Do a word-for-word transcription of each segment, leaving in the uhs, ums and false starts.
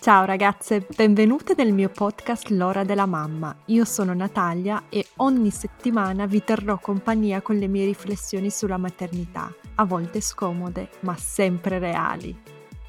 Ciao ragazze, benvenute nel mio podcast L'ora della mamma. Io sono Natalia e ogni settimana vi terrò compagnia con le mie riflessioni sulla maternità, a volte scomode, ma sempre reali.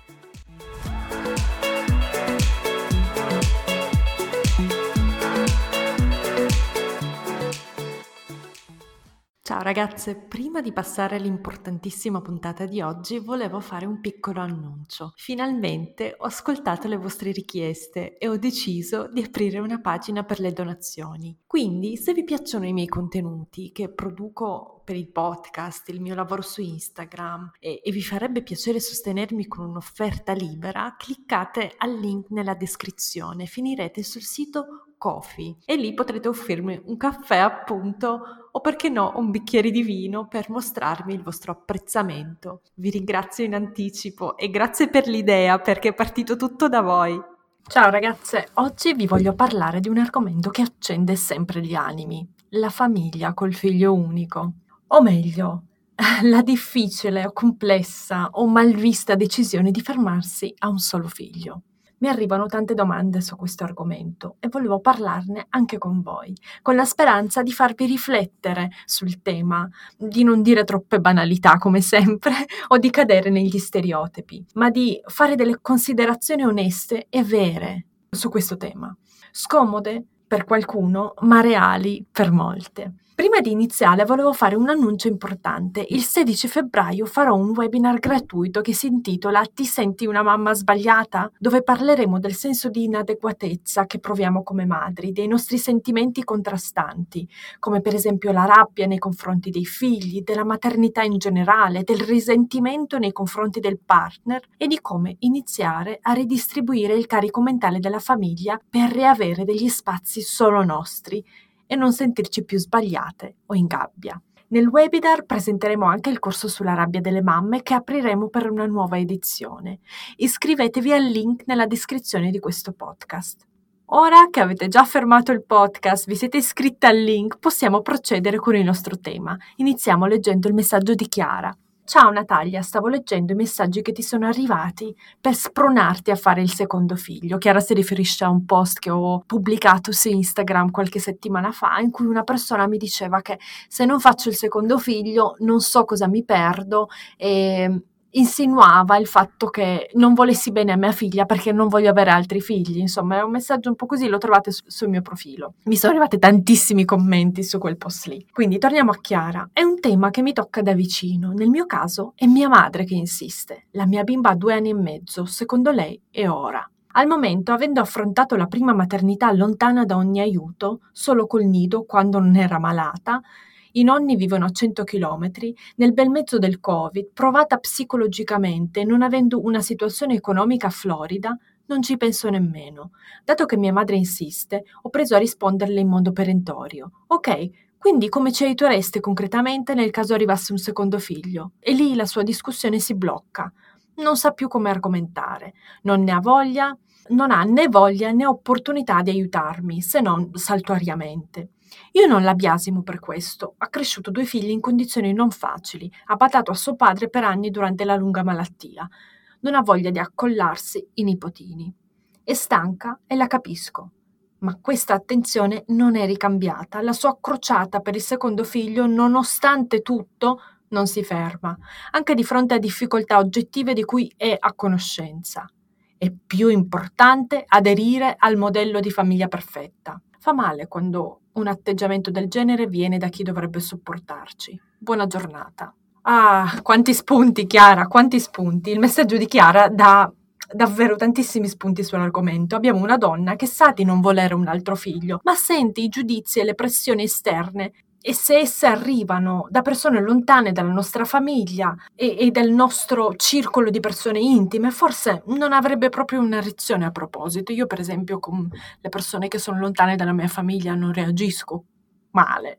Ciao ragazze, prima di passare all'importantissima puntata di oggi volevo fare un piccolo annuncio. Finalmente ho ascoltato le vostre richieste e ho deciso di aprire una pagina per le donazioni. Quindi se vi piacciono i miei contenuti che produco per il podcast, il mio lavoro su Instagram e, e vi farebbe piacere sostenermi con un'offerta libera, cliccate al link nella descrizione, finirete sul sito Ko-fi e lì potrete offrirmi un caffè appunto o perché no un bicchiere di vino per mostrarmi il vostro apprezzamento. Vi ringrazio in anticipo e grazie per l'idea perché è partito tutto da voi. Ciao ragazze, oggi vi voglio parlare di un argomento che accende sempre gli animi, la famiglia col figlio unico, o meglio, la difficile o complessa o malvista decisione di fermarsi a un solo figlio. Mi arrivano tante domande su questo argomento e volevo parlarne anche con voi, con la speranza di farvi riflettere sul tema, di non dire troppe banalità come sempre o di cadere negli stereotipi, ma di fare delle considerazioni oneste e vere su questo tema. Scomode per qualcuno, ma reali per molte. Prima di iniziare volevo fare un annuncio importante. Il sedici febbraio farò un webinar gratuito che si intitola Ti senti una mamma sbagliata? Dove parleremo del senso di inadeguatezza che proviamo come madri, dei nostri sentimenti contrastanti, come per esempio la rabbia nei confronti dei figli, della maternità in generale, del risentimento nei confronti del partner e di come iniziare a ridistribuire il carico mentale della famiglia per riavere degli spazi solo nostri e non sentirci più sbagliate o in gabbia. Nel webinar presenteremo anche il corso sulla rabbia delle mamme che apriremo per una nuova edizione. Iscrivetevi al link nella descrizione di questo podcast. Ora che avete già fermato il podcast, vi siete iscritti al link, possiamo procedere con il nostro tema. Iniziamo leggendo il messaggio di Chiara. Ciao Natalia, stavo leggendo i messaggi che ti sono arrivati per spronarti a fare il secondo figlio. Chiara si riferisce a un post che ho pubblicato su Instagram qualche settimana fa in cui una persona mi diceva che se non faccio il secondo figlio non so cosa mi perdo e insinuava il fatto che non volessi bene a mia figlia perché non voglio avere altri figli. Insomma, è un messaggio un po' così, lo trovate su- sul mio profilo. Mi sono arrivati tantissimi commenti su quel post lì. Quindi torniamo a Chiara. È un tema che mi tocca da vicino. Nel mio caso è mia madre che insiste. La mia bimba ha due anni e mezzo. Secondo lei è ora. Al momento, avendo affrontato la prima maternità lontana da ogni aiuto, solo col nido quando non era malata, i nonni vivono a cento chilometri, nel bel mezzo del Covid, provata psicologicamente, non avendo una situazione economica florida, non ci penso nemmeno. Dato che mia madre insiste, ho preso a risponderle in modo perentorio. Ok, quindi come ci aiutereste concretamente nel caso arrivasse un secondo figlio? E lì la sua discussione si blocca. Non sa più come argomentare. Non ne ha voglia, non ha né voglia né opportunità di aiutarmi, se non saltuariamente. Io non la biasimo per questo, ha cresciuto due figli in condizioni non facili, ha badato a suo padre per anni durante la lunga malattia. Non ha voglia di accollarsi i nipotini. È stanca e la capisco. Ma questa attenzione non è ricambiata. La sua crociata per il secondo figlio, nonostante tutto, non si ferma, anche di fronte a difficoltà oggettive di cui è a conoscenza. È più importante aderire al modello di famiglia perfetta. Fa male quando un atteggiamento del genere viene da chi dovrebbe supportarci. Buona giornata. Ah, quanti spunti, Chiara, quanti spunti. Il messaggio di Chiara dà davvero tantissimi spunti sull'argomento. Abbiamo una donna che sa di non volere un altro figlio, ma sente i giudizi e le pressioni esterne e se esse arrivano da persone lontane dalla nostra famiglia e, e dal nostro circolo di persone intime, forse non avrebbe proprio una reazione a proposito. Io per esempio con le persone che sono lontane dalla mia famiglia non reagisco male,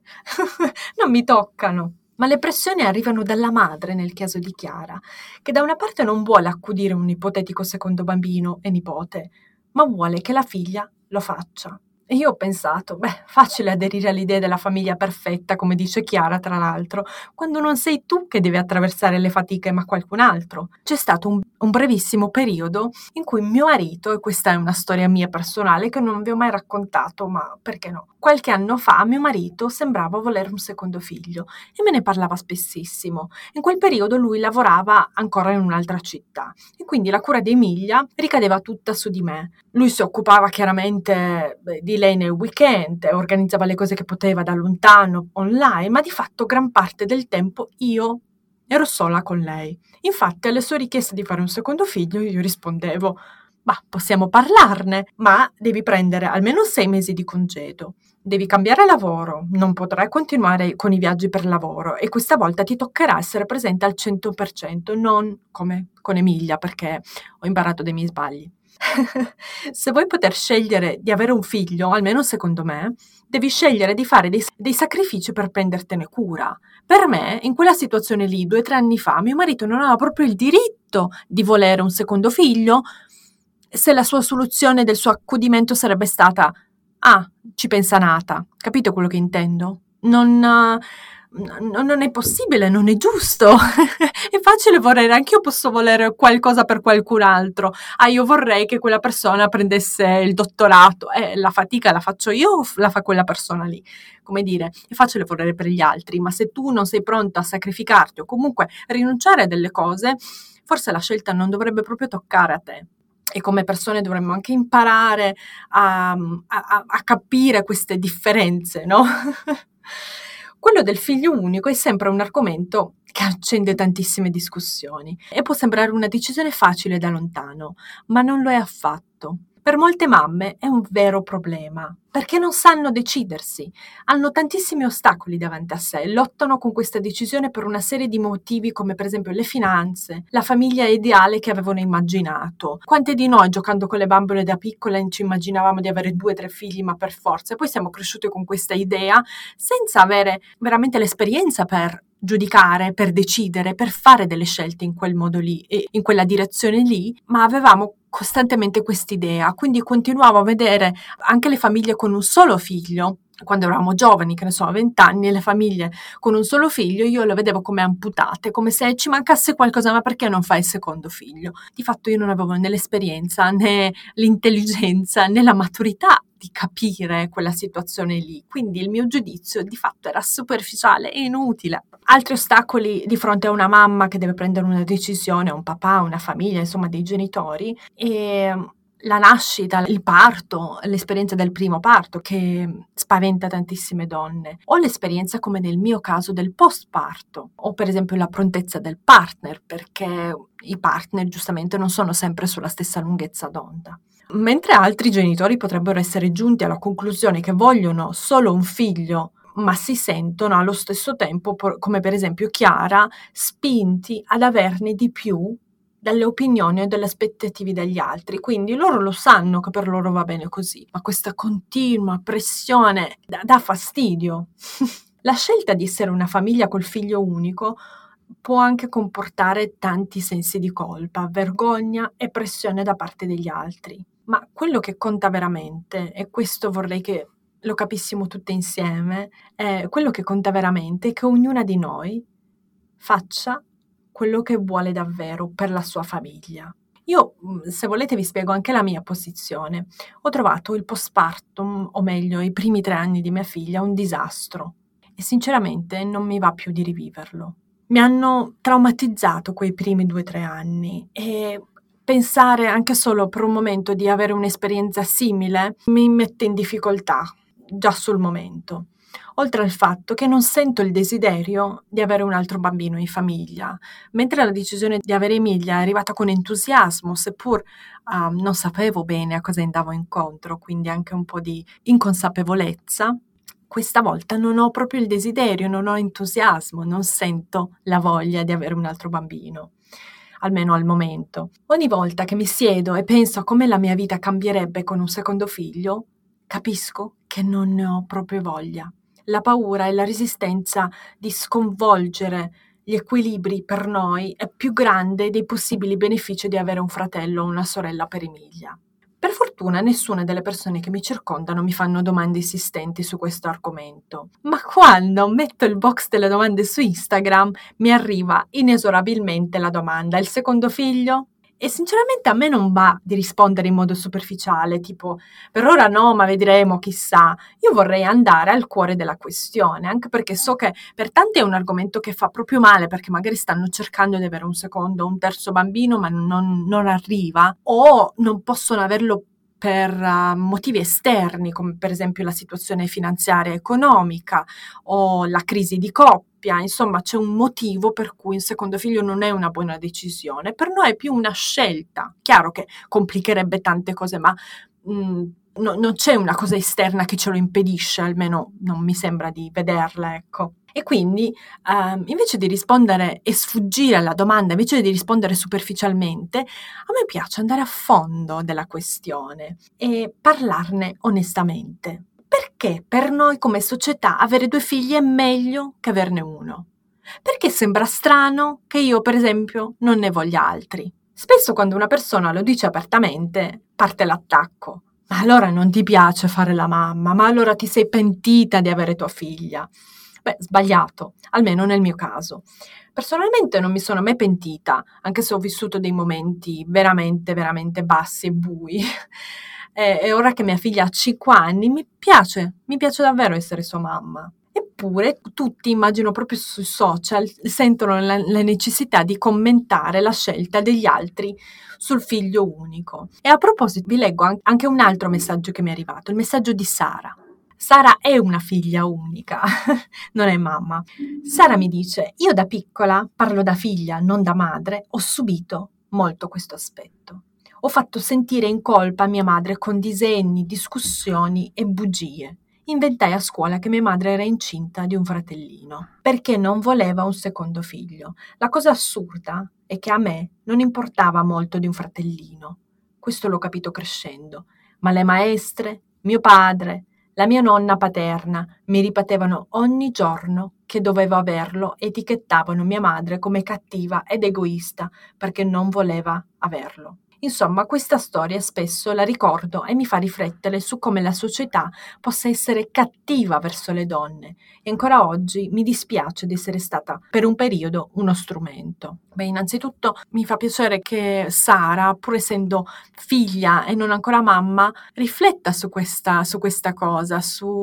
non mi toccano. Ma le pressioni arrivano dalla madre nel caso di Chiara, che da una parte non vuole accudire un ipotetico secondo bambino e nipote, ma vuole che la figlia lo faccia. E io ho pensato, beh, facile aderire all'idea della famiglia perfetta, come dice Chiara tra l'altro, quando non sei tu che devi attraversare le fatiche ma qualcun altro. C'è stato un, un brevissimo periodo in cui mio marito, e questa è una storia mia personale che non vi ho mai raccontato, ma perché no? Qualche anno fa mio marito sembrava volere un secondo figlio e me ne parlava spessissimo. In quel periodo lui lavorava ancora in un'altra città e quindi la cura di Emilia ricadeva tutta su di me. Lui si occupava chiaramente beh, di lei nel weekend, organizzava le cose che poteva da lontano, online, ma di fatto gran parte del tempo io ero sola con lei. Infatti alle sue richieste di fare un secondo figlio io rispondevo: "Ma possiamo parlarne, ma devi prendere almeno sei mesi di congedo. Devi cambiare lavoro, non potrai continuare con i viaggi per lavoro e questa volta ti toccherà essere presente al cento per cento, non come con Emilia, perché ho imparato dai miei sbagli." Se vuoi poter scegliere di avere un figlio, almeno secondo me, devi scegliere di fare dei, dei sacrifici per prendertene cura. Per me, in quella situazione lì, due o tre anni fa, mio marito non aveva proprio il diritto di volere un secondo figlio se la sua soluzione del suo accudimento sarebbe stata: "Ah, ci pensa Nata." Capito quello che intendo? Non, eh, n- non è possibile, non è giusto. È facile volere, anch'io posso volere qualcosa per qualcun altro. Ah, io vorrei che quella persona prendesse il dottorato. Eh, la fatica la faccio io o f- la fa quella persona lì? Come dire, è facile volere per gli altri, ma se tu non sei pronto a sacrificarti o comunque rinunciare a delle cose, forse la scelta non dovrebbe proprio toccare a te. E come persone dovremmo anche imparare a, a- a capire queste differenze, no? Quello del figlio unico è sempre un argomento che accende tantissime discussioni e può sembrare una decisione facile da lontano, ma non lo è affatto. Per molte mamme è un vero problema, perché non sanno decidersi, hanno tantissimi ostacoli davanti a sé, lottano con questa decisione per una serie di motivi come per esempio le finanze, la famiglia ideale che avevano immaginato. Quante di noi giocando con le bambole da piccole ci immaginavamo di avere due o tre figli ma per forza, e poi siamo cresciute con questa idea senza avere veramente l'esperienza per giudicare, per decidere, per fare delle scelte in quel modo lì e in quella direzione lì, ma avevamo costantemente quest'idea, quindi continuavo a vedere anche le famiglie con un solo figlio, quando eravamo giovani, che ne so, a venti anni, le famiglie con un solo figlio, io le vedevo come amputate, come se ci mancasse qualcosa, ma perché non fai il secondo figlio? Di fatto io non avevo né l'esperienza, né l'intelligenza, né la maturità di capire quella situazione lì, quindi il mio giudizio di fatto era superficiale e inutile. Altri ostacoli di fronte a una mamma che deve prendere una decisione, un papà, una famiglia, insomma dei genitori, e la nascita, il parto, l'esperienza del primo parto che spaventa tantissime donne, o l'esperienza come nel mio caso del postparto, o per esempio la prontezza del partner, perché i partner giustamente non sono sempre sulla stessa lunghezza d'onda. Mentre altri genitori potrebbero essere giunti alla conclusione che vogliono solo un figlio, ma si sentono allo stesso tempo, come per esempio Chiara, spinti ad averne di più dalle opinioni e dalle aspettative degli altri. Quindi loro lo sanno che per loro va bene così, ma questa continua pressione dà, dà fastidio. La scelta di essere una famiglia col figlio unico può anche comportare tanti sensi di colpa, vergogna e pressione da parte degli altri. Ma quello che conta veramente, e questo vorrei che lo capissimo tutte insieme, è quello che conta veramente è che ognuna di noi faccia quello che vuole davvero per la sua famiglia. Io, se volete, vi spiego anche la mia posizione. Ho trovato il postpartum, o meglio, i primi tre anni di mia figlia, un disastro e sinceramente non mi va più di riviverlo. Mi hanno traumatizzato quei primi due o tre anni e pensare anche solo per un momento di avere un'esperienza simile mi mette in difficoltà, già sul momento. Oltre al fatto che non sento il desiderio di avere un altro bambino in famiglia, mentre la decisione di avere Emilia è arrivata con entusiasmo, seppur uh, non sapevo bene a cosa andavo incontro, quindi anche un po' di inconsapevolezza, questa volta non ho proprio il desiderio, non ho entusiasmo, non sento la voglia di avere un altro bambino, almeno al momento. Ogni volta che mi siedo e penso a come la mia vita cambierebbe con un secondo figlio, capisco che non ne ho proprio voglia. La paura e la resistenza di sconvolgere gli equilibri per noi è più grande dei possibili benefici di avere un fratello o una sorella per Emilia. Per fortuna nessuna delle persone che mi circondano mi fanno domande insistenti su questo argomento, ma quando metto il box delle domande su Instagram mi arriva inesorabilmente la domanda: il secondo figlio? E sinceramente a me non va di rispondere in modo superficiale, tipo per ora no, ma vedremo, chissà. Io vorrei andare al cuore della questione, anche perché so che per tanti è un argomento che fa proprio male, perché magari stanno cercando di avere un secondo, un terzo bambino, ma non, non arriva, o non possono averlo per uh, motivi esterni, come per esempio la situazione finanziaria e economica o la crisi di coppia. Insomma, c'è un motivo per cui un secondo figlio non è una buona decisione. Per noi è più una scelta. Chiaro che complicherebbe tante cose, ma mh, no, non c'è una cosa esterna che ce lo impedisce, almeno non mi sembra di vederla, ecco. E quindi, ehm, invece di rispondere e sfuggire alla domanda, invece di rispondere superficialmente, a me piace andare a fondo della questione e parlarne onestamente. Perché per noi come società avere due figli è meglio che averne uno? Perché sembra strano che io, per esempio, non ne voglia altri? Spesso quando una persona lo dice apertamente, parte l'attacco. Ma allora non ti piace fare la mamma? Ma allora ti sei pentita di avere tua figlia? Beh, sbagliato, almeno nel mio caso. Personalmente non mi sono mai pentita, anche se ho vissuto dei momenti veramente, veramente bassi e bui. E, e ora che mia figlia ha cinque anni, mi piace, mi piace davvero essere sua mamma. Eppure tutti, immagino proprio sui social, sentono la, la necessità di commentare la scelta degli altri sul figlio unico. E a proposito, vi leggo an- anche un altro messaggio che mi è arrivato, il messaggio di Sara. Sara è una figlia unica, non è mamma. Sara mi dice: io da piccola, parlo da figlia, non da madre, ho subito molto questo aspetto. Ho fatto sentire in colpa mia madre con disegni, discussioni e bugie. Inventai a scuola che mia madre era incinta di un fratellino, perché non voleva un secondo figlio. La cosa assurda è che a me non importava molto di un fratellino. Questo l'ho capito crescendo, ma le maestre, mio padre, la mia nonna paterna mi ripetevano ogni giorno che dovevo averlo e etichettavano mia madre come cattiva ed egoista perché non voleva averlo. Insomma, questa storia spesso la ricordo e mi fa riflettere su come la società possa essere cattiva verso le donne e ancora oggi mi dispiace di essere stata per un periodo uno strumento. Beh, innanzitutto mi fa piacere che Sara, pur essendo figlia e non ancora mamma, rifletta su questa, su questa cosa,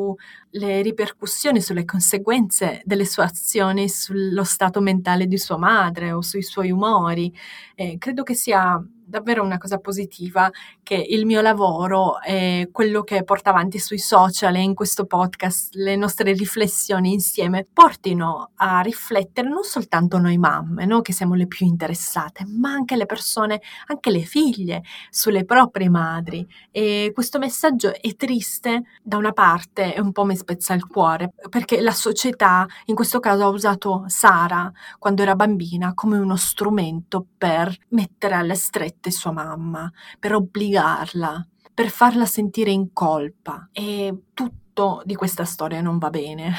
sulle ripercussioni, sulle conseguenze delle sue azioni sullo stato mentale di sua madre o sui suoi umori. Eh, credo che sia davvero una cosa positiva che il mio lavoro e quello che porta avanti sui social e in questo podcast, le nostre riflessioni insieme, portino a riflettere non soltanto noi mamme, no, che siamo le più interessate, ma anche le persone, anche le figlie, sulle proprie madri. E questo messaggio è triste da una parte e un po' mi spezza il cuore, perché la società, in questo caso, ha usato Sara quando era bambina come uno strumento per mettere alle strette sua mamma, per obbligarla, per farla sentire in colpa. E tutto di questa storia non va bene.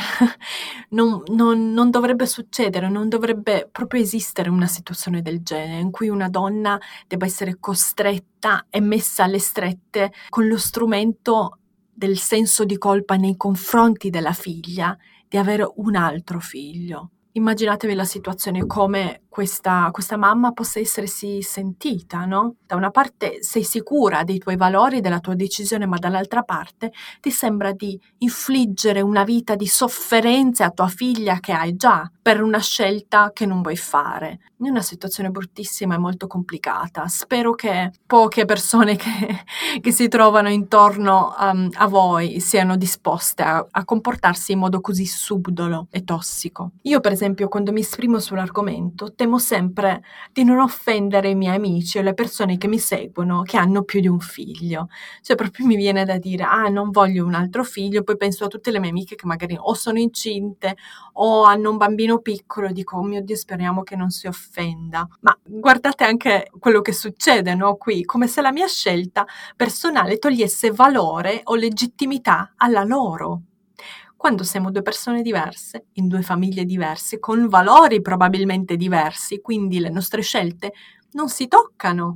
non, non, non dovrebbe succedere, non dovrebbe proprio esistere una situazione del genere in cui una donna debba essere costretta e messa alle strette con lo strumento del senso di colpa nei confronti della figlia di avere un altro figlio. Immaginatevi la situazione, come questa, questa mamma possa essersi sentita, no? Da una parte sei sicura dei tuoi valori, della tua decisione, ma dall'altra parte ti sembra di infliggere una vita di sofferenze a tua figlia che hai già per una scelta che non vuoi fare. È una situazione bruttissima e molto complicata. Spero che poche persone che, che si trovano intorno um, a voi siano disposte a, a comportarsi in modo così subdolo e tossico. Io, per esempio, quando mi esprimo sull'argomento, temo sempre di non offendere i miei amici o le persone che mi seguono che hanno più di un figlio. Cioè, proprio mi viene da dire, ah, non voglio un altro figlio, poi penso a tutte le mie amiche che magari o sono incinte o hanno un bambino piccolo e dico, oh mio Dio, speriamo che non si offenda. Ma guardate anche quello che succede, no? Qui, come se la mia scelta personale togliesse valore o legittimità alla loro. Quando siamo due persone diverse, in due famiglie diverse, con valori probabilmente diversi, quindi le nostre scelte non si toccano.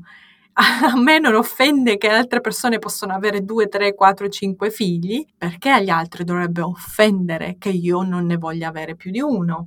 A me non offende che altre persone possono avere due, tre, quattro, cinque figli, perché agli altri dovrebbe offendere che io non ne voglia avere più di uno?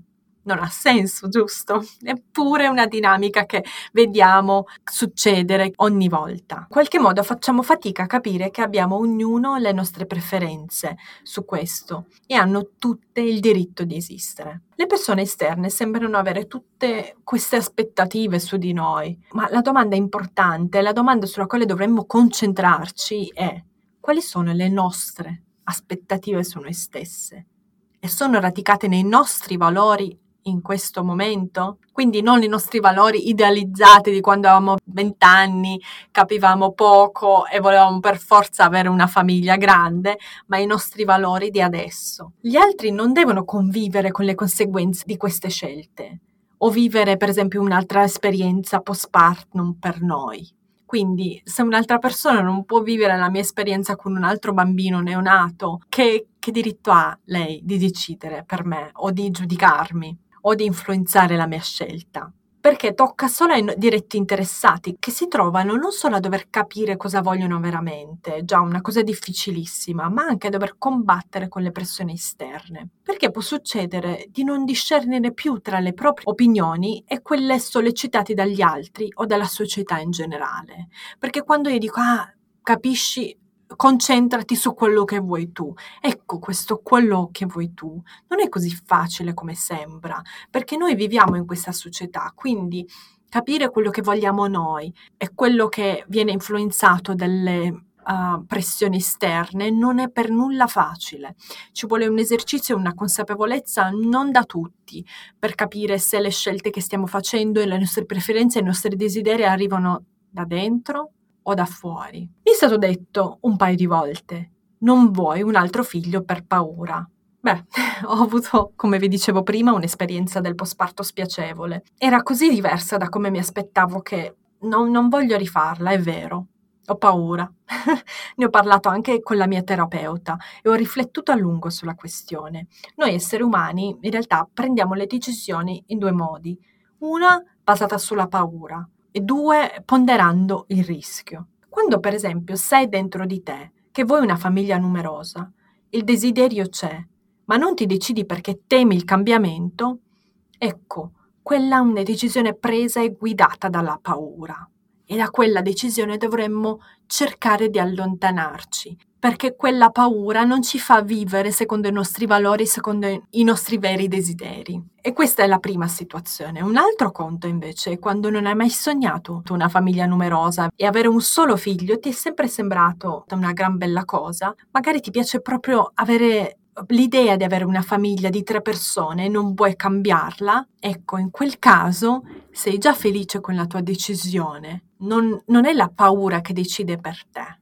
Non ha senso, giusto? Eppure è una dinamica che vediamo succedere ogni volta. In qualche modo facciamo fatica a capire che abbiamo ognuno le nostre preferenze su questo e hanno tutte il diritto di esistere. Le persone esterne sembrano avere tutte queste aspettative su di noi, ma la domanda importante, la domanda sulla quale dovremmo concentrarci è: quali sono le nostre aspettative su noi stesse? E sono radicate nei nostri valori in questo momento? Quindi non i nostri valori idealizzati di quando avevamo vent'anni, capivamo poco e volevamo per forza avere una famiglia grande, ma i nostri valori di adesso. Gli altri non devono convivere con le conseguenze di queste scelte o vivere per esempio un'altra esperienza postpartum per noi. Quindi se un'altra persona non può vivere la mia esperienza con un altro bambino neonato, che, che diritto ha lei di decidere per me o di giudicarmi o di influenzare la mia scelta? Perché tocca solo ai diretti interessati, che si trovano non solo a dover capire cosa vogliono veramente, già una cosa difficilissima, ma anche a dover combattere con le pressioni esterne. Perché può succedere di non discernere più tra le proprie opinioni e quelle sollecitate dagli altri o dalla società in generale. Perché quando io dico, ah, capisci, concentrati su quello che vuoi tu. Ecco, questo quello che vuoi tu non è così facile come sembra, perché noi viviamo in questa società, quindi capire quello che vogliamo noi e quello che viene influenzato dalle uh, pressioni esterne non è per nulla facile. Ci vuole un esercizio e una consapevolezza non da tutti per capire se le scelte che stiamo facendo e le nostre preferenze e i nostri desideri arrivano da dentro o da fuori. Mi è stato detto un paio di volte: non vuoi un altro figlio per paura. Beh, ho avuto, come vi dicevo prima, un'esperienza del postparto spiacevole. Era così diversa da come mi aspettavo che non, non voglio rifarla, è vero. Ho paura. Ne ho parlato anche con la mia terapeuta e ho riflettuto a lungo sulla questione. Noi esseri umani in realtà prendiamo le decisioni in due modi. Una basata sulla paura e due ponderando il rischio. Quando per esempio sai dentro di te che vuoi una famiglia numerosa, il desiderio c'è, ma non ti decidi perché temi il cambiamento, ecco, quella è una decisione presa e guidata dalla paura. E da quella decisione dovremmo cercare di allontanarci, perché quella paura non ci fa vivere secondo i nostri valori, secondo i nostri veri desideri. E questa è la prima situazione. Un altro conto invece è quando non hai mai sognato una famiglia numerosa e avere un solo figlio ti è sempre sembrato una gran bella cosa. Magari ti piace proprio avere l'idea di avere una famiglia di tre persone e non vuoi cambiarla. Ecco, in quel caso sei già felice con la tua decisione. Non, non è la paura che decide per te.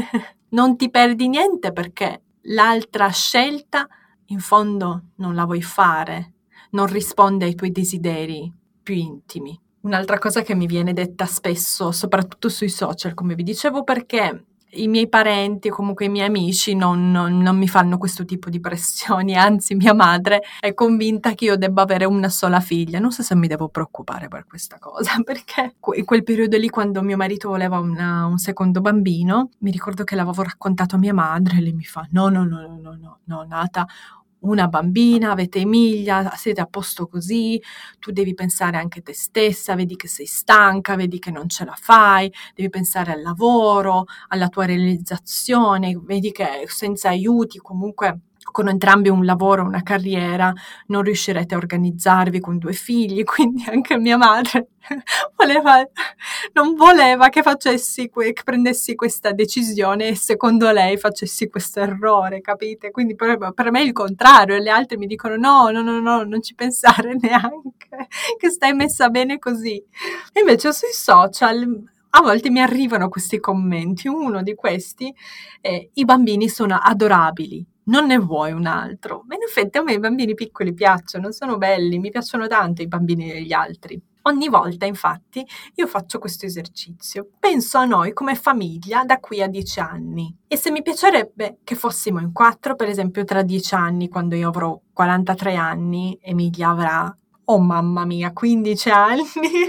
Non ti perdi niente perché l'altra scelta in fondo non la vuoi fare, non risponde ai tuoi desideri più intimi. Un'altra cosa che mi viene detta spesso, soprattutto sui social, come vi dicevo, perché i miei parenti o comunque i miei amici non, non, non mi fanno questo tipo di pressioni, anzi mia madre è convinta che io debba avere una sola figlia. Non so se mi devo preoccupare per questa cosa, perché in quel periodo lì, quando mio marito voleva una, un secondo bambino, mi ricordo che l'avevo raccontato a mia madre e lei mi fa no, no, no, no, no, no, no, Nata, una bambina, avete Emilia, siete a posto così, tu devi pensare anche a te stessa, vedi che sei stanca, vedi che non ce la fai, devi pensare al lavoro, alla tua realizzazione, vedi che senza aiuti comunque con entrambi un lavoro, una carriera, non riuscirete a organizzarvi con due figli, quindi anche mia madre voleva, non voleva che facessi, che prendessi questa decisione e secondo lei facessi questo errore, capite? Quindi per, per me è il contrario, e le altre mi dicono no, no, no, no, non ci pensare neanche, che stai messa bene così. E invece sui social a volte mi arrivano questi commenti, uno di questi è: i bambini sono adorabili, non ne vuoi un altro? Ma in effetti a me i bambini piccoli piacciono, sono belli, mi piacciono tanto i bambini degli altri. Ogni volta, infatti, io faccio questo esercizio. Penso a noi come famiglia da qui a dieci anni. E se mi piacerebbe che fossimo in quattro, per esempio tra dieci anni, quando io avrò quarantatré anni, Emilia avrà, oh mamma mia, quindici anni.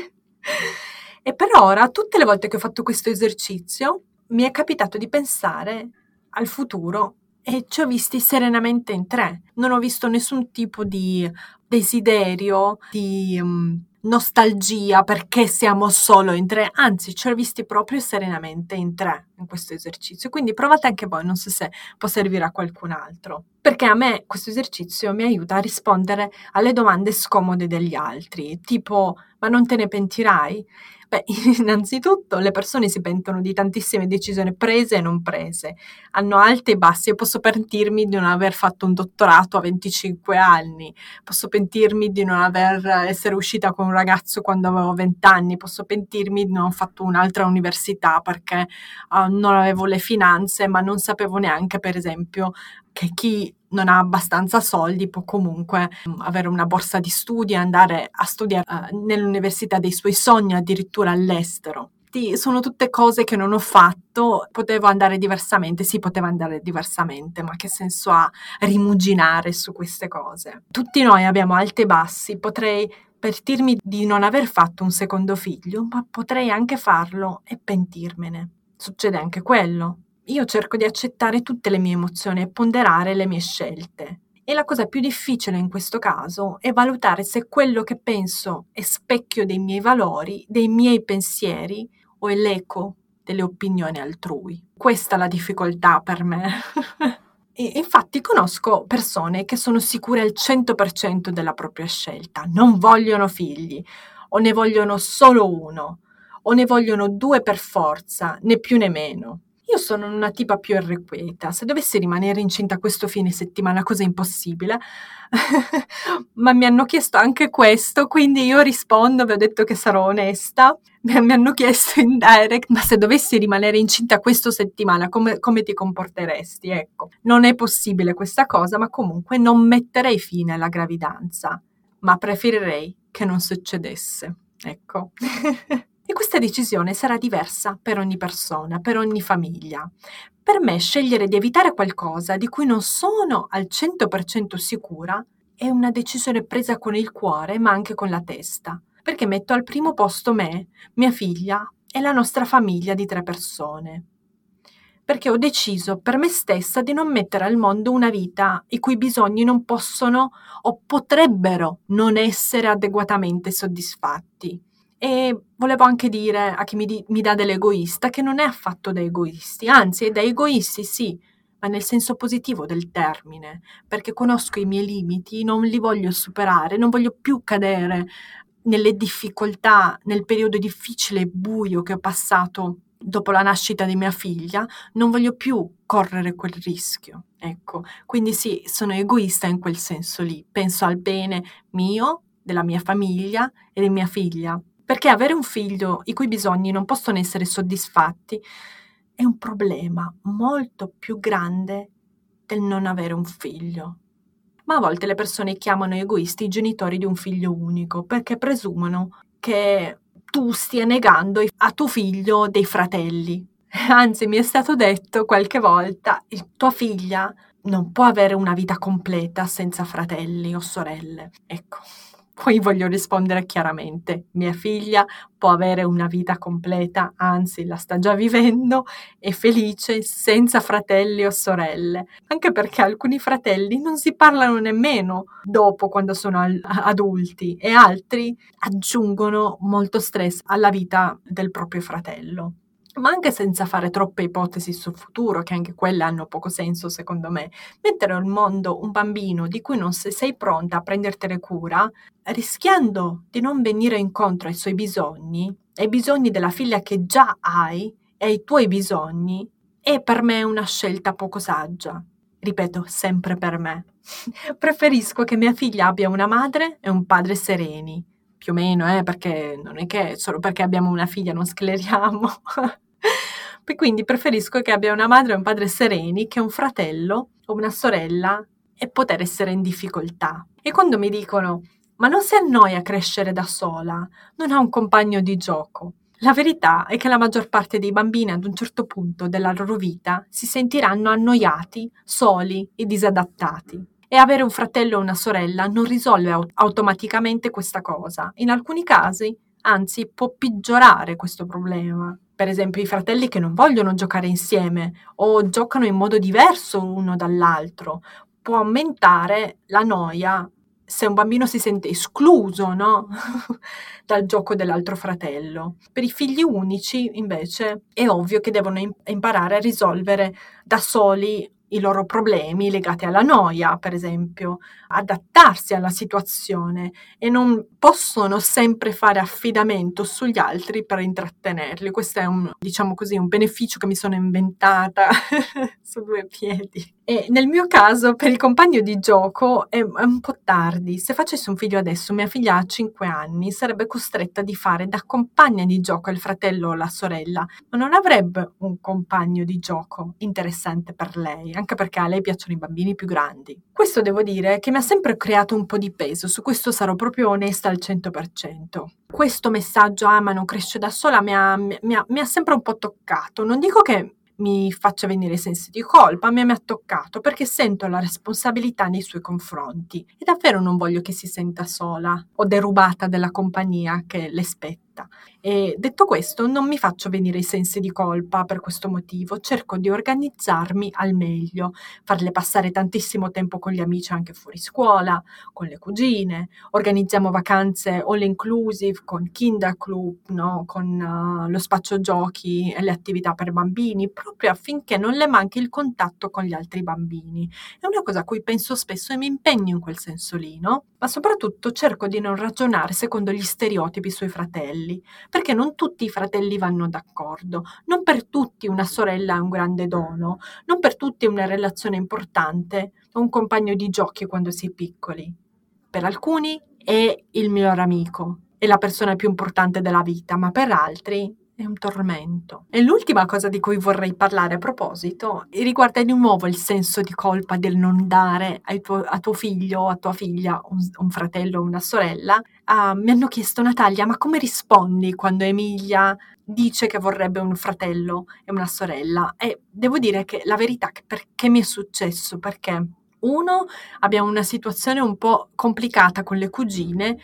E per ora, tutte le volte che ho fatto questo esercizio, mi è capitato di pensare al futuro e ci ho visti serenamente in tre. Non ho visto nessun tipo di desiderio, di um, nostalgia perché siamo solo in tre, anzi ci ho visti proprio serenamente in tre in questo esercizio. Quindi provate anche voi, non so se può servire a qualcun altro. Perché a me questo esercizio mi aiuta a rispondere alle domande scomode degli altri, tipo ma non te ne pentirai? Beh, innanzitutto le persone si pentono di tantissime decisioni prese e non prese, hanno alti e bassi. Io posso pentirmi di non aver fatto un dottorato a venticinque anni, posso pentirmi di non aver essere uscita con un ragazzo quando avevo venti anni, posso pentirmi di non aver fatto un'altra università perché uh, non avevo le finanze, ma non sapevo neanche, per esempio, che chi non ha abbastanza soldi può comunque um, avere una borsa di studio e andare a studiare uh, nell'università dei suoi sogni, addirittura all'estero. Sono tutte cose che non ho fatto, potevo andare diversamente, sì, poteva andare diversamente, ma che senso ha rimuginare su queste cose? Tutti noi abbiamo alti e bassi, potrei pentirmi di non aver fatto un secondo figlio, ma potrei anche farlo e pentirmene. Succede anche quello. Io cerco di accettare tutte le mie emozioni e ponderare le mie scelte. E la cosa più difficile in questo caso è valutare se quello che penso è specchio dei miei valori, dei miei pensieri o è l'eco delle opinioni altrui. Questa è la difficoltà per me. E infatti conosco persone che sono sicure al cento per cento della propria scelta, non vogliono figli, o ne vogliono solo uno, o ne vogliono due per forza, né più né meno. Io sono una tipa più irrequieta, se dovessi rimanere incinta questo fine settimana, cosa impossibile, ma mi hanno chiesto anche questo, quindi io rispondo, vi ho detto che sarò onesta, mi hanno chiesto in direct, ma se dovessi rimanere incinta questa settimana, come, come ti comporteresti? Ecco, non è possibile questa cosa, ma comunque non metterei fine alla gravidanza, ma preferirei che non succedesse, ecco. E questa decisione sarà diversa per ogni persona, per ogni famiglia. Per me scegliere di evitare qualcosa di cui non sono al cento per cento sicura è una decisione presa con il cuore, ma anche con la testa, perché metto al primo posto me, mia figlia e la nostra famiglia di tre persone. Perché ho deciso per me stessa di non mettere al mondo una vita i cui bisogni non possono o potrebbero non essere adeguatamente soddisfatti. E volevo anche dire a chi mi, di- mi dà dell'egoista che non è affatto da egoisti, anzi è da egoisti sì, ma nel senso positivo del termine, perché conosco i miei limiti, non li voglio superare, non voglio più cadere nelle difficoltà, nel periodo difficile e buio che ho passato dopo la nascita di mia figlia, non voglio più correre quel rischio, ecco. Quindi sì, sono egoista in quel senso lì, penso al bene mio, della mia famiglia e di mia figlia. Perché avere un figlio i cui bisogni non possono essere soddisfatti è un problema molto più grande del non avere un figlio. Ma a volte le persone chiamano egoisti i genitori di un figlio unico perché presumono che tu stia negando a tuo figlio dei fratelli. Anzi, mi è stato detto qualche volta, tua figlia non può avere una vita completa senza fratelli o sorelle. Ecco, poi voglio rispondere chiaramente. Mia figlia può avere una vita completa, anzi la sta già vivendo, è felice senza fratelli o sorelle. Anche perché alcuni fratelli non si parlano nemmeno dopo quando sono al- adulti e altri aggiungono molto stress alla vita del proprio fratello. Ma anche senza fare troppe ipotesi sul futuro, che anche quelle hanno poco senso secondo me, mettere al mondo un bambino di cui non sei pronta a prendertene cura, rischiando di non venire incontro ai suoi bisogni, ai bisogni della figlia che già hai e ai tuoi bisogni, è per me una scelta poco saggia. Ripeto, sempre per me. Preferisco che mia figlia abbia una madre e un padre sereni, più o meno, eh, perché non è che solo perché abbiamo una figlia non scleriamo. E quindi preferisco che abbia una madre e un padre sereni che un fratello o una sorella e poter essere in difficoltà. E quando mi dicono ma non si annoia a crescere da sola, non ha un compagno di gioco. La verità è che la maggior parte dei bambini ad un certo punto della loro vita si sentiranno annoiati, soli e disadattati. E avere un fratello o una sorella non risolve au- automaticamente questa cosa. In alcuni casi anzi può peggiorare questo problema. Per esempio i fratelli che non vogliono giocare insieme o giocano in modo diverso uno dall'altro. Può aumentare la noia se un bambino si sente escluso, no? dal gioco dell'altro fratello. Per i figli unici, invece, è ovvio che devono im- imparare a risolvere da soli i loro problemi legati alla noia, per esempio, adattarsi alla situazione e non possono sempre fare affidamento sugli altri per intrattenerli. Questo è un, diciamo così, un beneficio che mi sono inventata su due piedi. E nel mio caso, per il compagno di gioco, è, è un po' tardi. Se facessi un figlio adesso, mia figlia ha cinque anni, sarebbe costretta di fare da compagna di gioco il fratello o la sorella, ma non avrebbe un compagno di gioco interessante per lei, anche perché a lei piacciono i bambini più grandi. Questo devo dire che mi ha sempre creato un po' di peso, su questo sarò proprio onesta al cento per cento. Questo messaggio, ah ma non cresce da sola, mi ha, mi ha, mi ha sempre un po' toccato. Non dico che mi faccia venire sensi di colpa, mi ha toccato perché sento la responsabilità nei suoi confronti e davvero non voglio che si senta sola o derubata della compagnia che le spetta. E detto questo, non mi faccio venire i sensi di colpa per questo motivo, cerco di organizzarmi al meglio, farle passare tantissimo tempo con gli amici anche fuori scuola, con le cugine, organizziamo vacanze all inclusive con Kinder Club, no? Con uh, lo spaccio giochi e le attività per bambini, proprio affinché non le manchi il contatto con gli altri bambini. È una cosa a cui penso spesso e mi impegno in quel senso lì, no? Ma soprattutto cerco di non ragionare secondo gli stereotipi sui fratelli, perché non tutti i fratelli vanno d'accordo, non per tutti una sorella è un grande dono, non per tutti è una relazione importante, un compagno di giochi quando si è piccoli. Per alcuni è il miglior amico, è la persona più importante della vita, ma per altri è un tormento. E l'ultima cosa di cui vorrei parlare a proposito riguarda di nuovo il senso di colpa del non dare a tuo, a tuo figlio o a tua figlia un, un fratello o una sorella. Uh, mi hanno chiesto, Natalia, ma come rispondi quando Emilia dice che vorrebbe un fratello e una sorella? E devo dire che la verità è che perché mi è successo? Perché uno, abbiamo una situazione un po' complicata con le cugine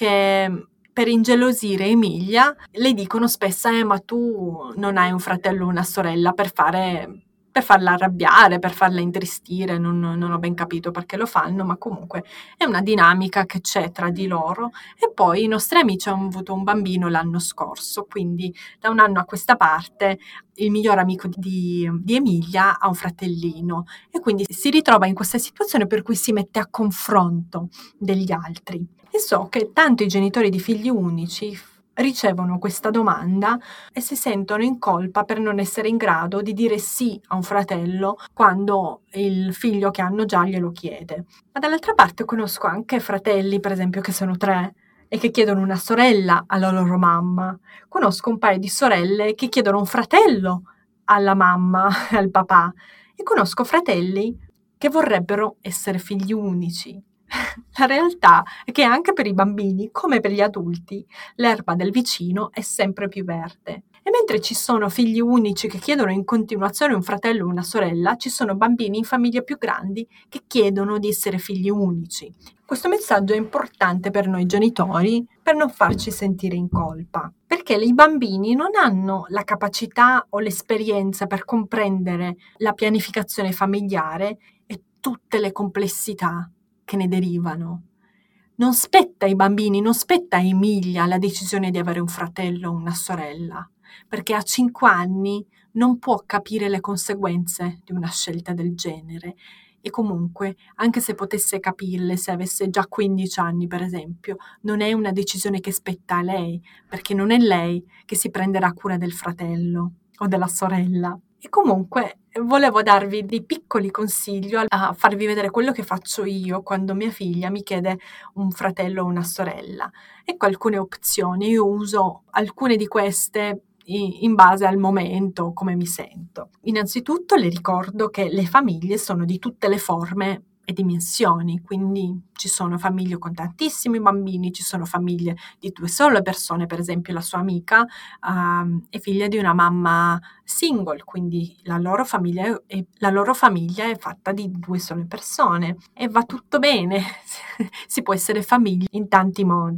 che per ingelosire Emilia le dicono spesso eh ma tu non hai un fratello o una sorella per fare per farla arrabbiare, per farla intristire, non, non ho ben capito perché lo fanno, ma comunque è una dinamica che c'è tra di loro. E poi i nostri amici hanno avuto un bambino l'anno scorso, quindi da un anno a questa parte il miglior amico di, di Emilia ha un fratellino e quindi si ritrova in questa situazione per cui si mette a confronto degli altri. E so che tanti genitori di figli unici ricevono questa domanda e si sentono in colpa per non essere in grado di dire sì a un fratello quando il figlio che hanno già glielo chiede. Ma dall'altra parte conosco anche fratelli, per esempio, che sono tre e che chiedono una sorella alla loro mamma. Conosco un paio di sorelle che chiedono un fratello alla mamma, al papà, e conosco fratelli che vorrebbero essere figli unici. La realtà è che anche per i bambini, come per gli adulti, l'erba del vicino è sempre più verde. E mentre ci sono figli unici che chiedono in continuazione un fratello o una sorella, ci sono bambini in famiglie più grandi che chiedono di essere figli unici. Questo messaggio è importante per noi genitori per non farci sentire in colpa, perché i bambini non hanno la capacità o l'esperienza per comprendere la pianificazione familiare e tutte le complessità che ne derivano. Non spetta ai bambini, non spetta a Emilia la decisione di avere un fratello o una sorella, perché a cinque anni non può capire le conseguenze di una scelta del genere. E comunque, anche se potesse capirle, se avesse già quindici anni, per esempio, non è una decisione che spetta a lei, perché non è lei che si prenderà cura del fratello o della sorella. E comunque volevo darvi dei piccoli consigli a farvi vedere quello che faccio io quando mia figlia mi chiede un fratello o una sorella. Ecco alcune opzioni, io uso alcune di queste in base al momento, come mi sento. Innanzitutto le ricordo che le famiglie sono di tutte le forme e dimensioni, quindi ci sono famiglie con tantissimi bambini, ci sono famiglie di due sole persone, per esempio la sua amica uh, è figlia di una mamma single, quindi la loro famiglia è, la loro famiglia è fatta di due sole persone e va tutto bene, si può essere famiglia in tanti modi.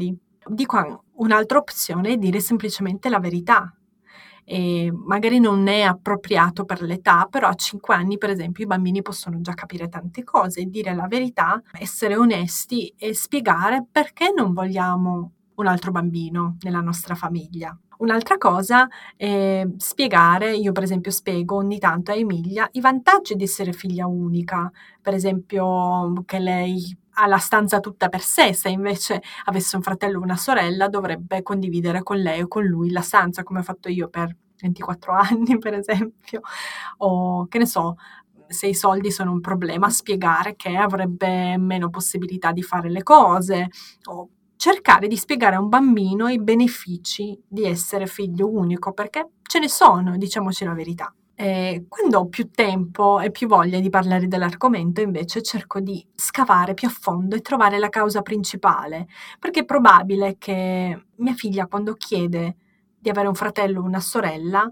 dico an- un'altra opzione è dire semplicemente la verità. E magari non è appropriato per l'età, però a cinque anni, per esempio, i bambini possono già capire tante cose, dire la verità, essere onesti e spiegare perché non vogliamo un altro bambino nella nostra famiglia. Un'altra cosa è spiegare, io per esempio spiego ogni tanto a Emilia i vantaggi di essere figlia unica, per esempio che lei ha la stanza tutta per sé, se invece avesse un fratello o una sorella dovrebbe condividere con lei o con lui la stanza, come ho fatto io per ventiquattro anni per esempio, o che ne so, se i soldi sono un problema, spiegare che avrebbe meno possibilità di fare le cose, o cercare di spiegare a un bambino i benefici di essere figlio unico, perché ce ne sono, diciamoci la verità. E quando ho più tempo e più voglia di parlare dell'argomento, invece cerco di scavare più a fondo e trovare la causa principale, perché è probabile che mia figlia, quando chiede di avere un fratello o una sorella,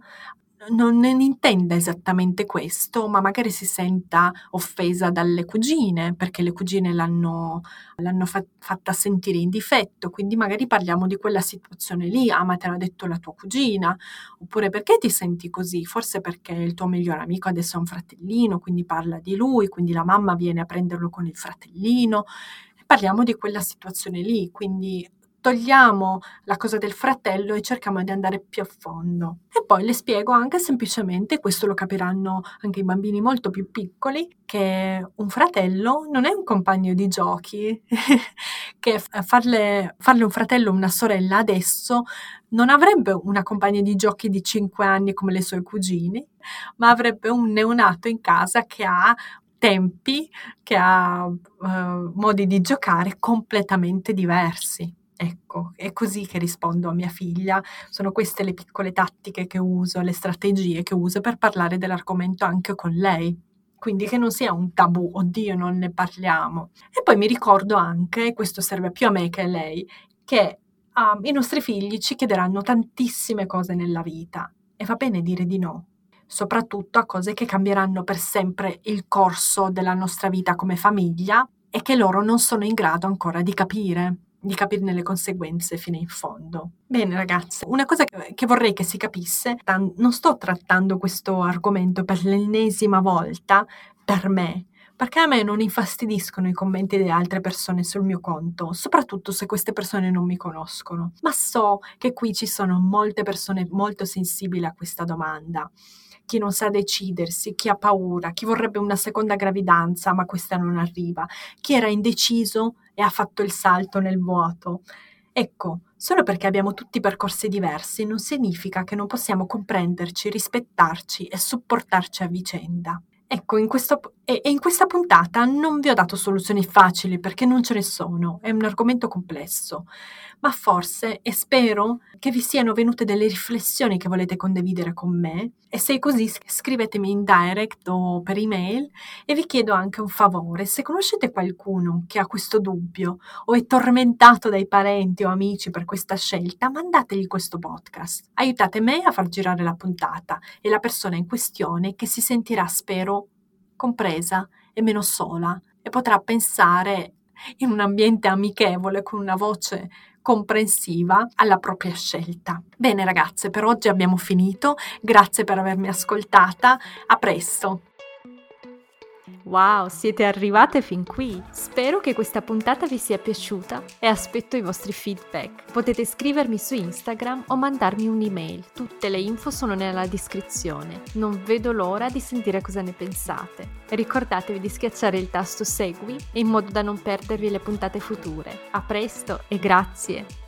non ne intenda esattamente questo, ma magari si senta offesa dalle cugine, perché le cugine l'hanno, l'hanno fa- fatta sentire in difetto, quindi magari parliamo di quella situazione lì, ah ma te l'ha detto la tua cugina, oppure perché ti senti così? Forse perché il tuo migliore amico adesso ha un fratellino, quindi parla di lui, quindi la mamma viene a prenderlo con il fratellino, parliamo di quella situazione lì, quindi togliamo la cosa del fratello e cerchiamo di andare più a fondo. E poi le spiego anche semplicemente, questo lo capiranno anche i bambini molto più piccoli, che un fratello non è un compagno di giochi, che farle, farle un fratello o una sorella adesso non avrebbe una compagna di giochi di cinque anni come le sue cugine, ma avrebbe un neonato in casa che ha tempi, che ha uh, modi di giocare completamente diversi. Ecco, è così che rispondo a mia figlia. Sono queste le piccole tattiche che uso, le strategie che uso per parlare dell'argomento anche con lei. Quindi che non sia un tabù, oddio, non ne parliamo. E poi mi ricordo anche, e questo serve più a me che a lei, che uh, i nostri figli ci chiederanno tantissime cose nella vita e va bene dire di no, soprattutto a cose che cambieranno per sempre il corso della nostra vita come famiglia e che loro non sono in grado ancora di capire, di capirne le conseguenze fino in fondo. Bene ragazze, una cosa che, che vorrei che si capisse, tan- non sto trattando questo argomento per l'ennesima volta per me, perché a me non infastidiscono i commenti di altre persone sul mio conto, soprattutto se queste persone non mi conoscono, ma so che qui ci sono molte persone molto sensibili a questa domanda. Chi non sa decidersi, chi ha paura, chi vorrebbe una seconda gravidanza ma questa non arriva, chi era indeciso e ha fatto il salto nel vuoto. Ecco, solo perché abbiamo tutti percorsi diversi non significa che non possiamo comprenderci, rispettarci e supportarci a vicenda. Ecco, in questo, e, e in questa puntata non vi ho dato soluzioni facili perché non ce ne sono, è un argomento complesso, ma forse e spero che vi siano venute delle riflessioni che volete condividere con me e se è così scrivetemi in direct o per email e vi chiedo anche un favore, se conoscete qualcuno che ha questo dubbio o è tormentato dai parenti o amici per questa scelta, mandategli questo podcast. Aiutate me a far girare la puntata e la persona in questione che si sentirà, spero, compresa e meno sola e potrà pensare in un ambiente amichevole con una voce comprensiva alla propria scelta. Bene ragazze, per oggi abbiamo finito. Grazie per avermi ascoltata. A presto! Wow, siete arrivate fin qui! Spero che questa puntata vi sia piaciuta e aspetto i vostri feedback. Potete scrivermi su Instagram o mandarmi un'email. Tutte le info sono nella descrizione. Non vedo l'ora di sentire cosa ne pensate. Ricordatevi di schiacciare il tasto segui in modo da non perdervi le puntate future. A presto e grazie!